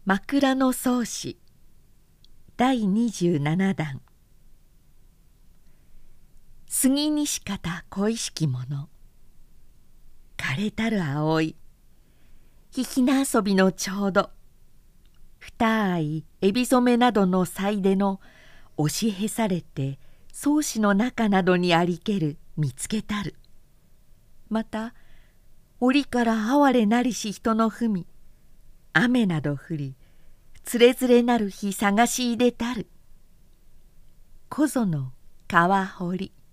枕草子第27弾。杉西方恋しきもの。枯れたる葵。ひひな遊びのちょうど。二愛エビ染めなどの祭での押しへされて草子の中などにありける見つけたる。また折から哀れなりし人の文み。雨など降りつれづれなる日探しいでたる。こぞの川堀。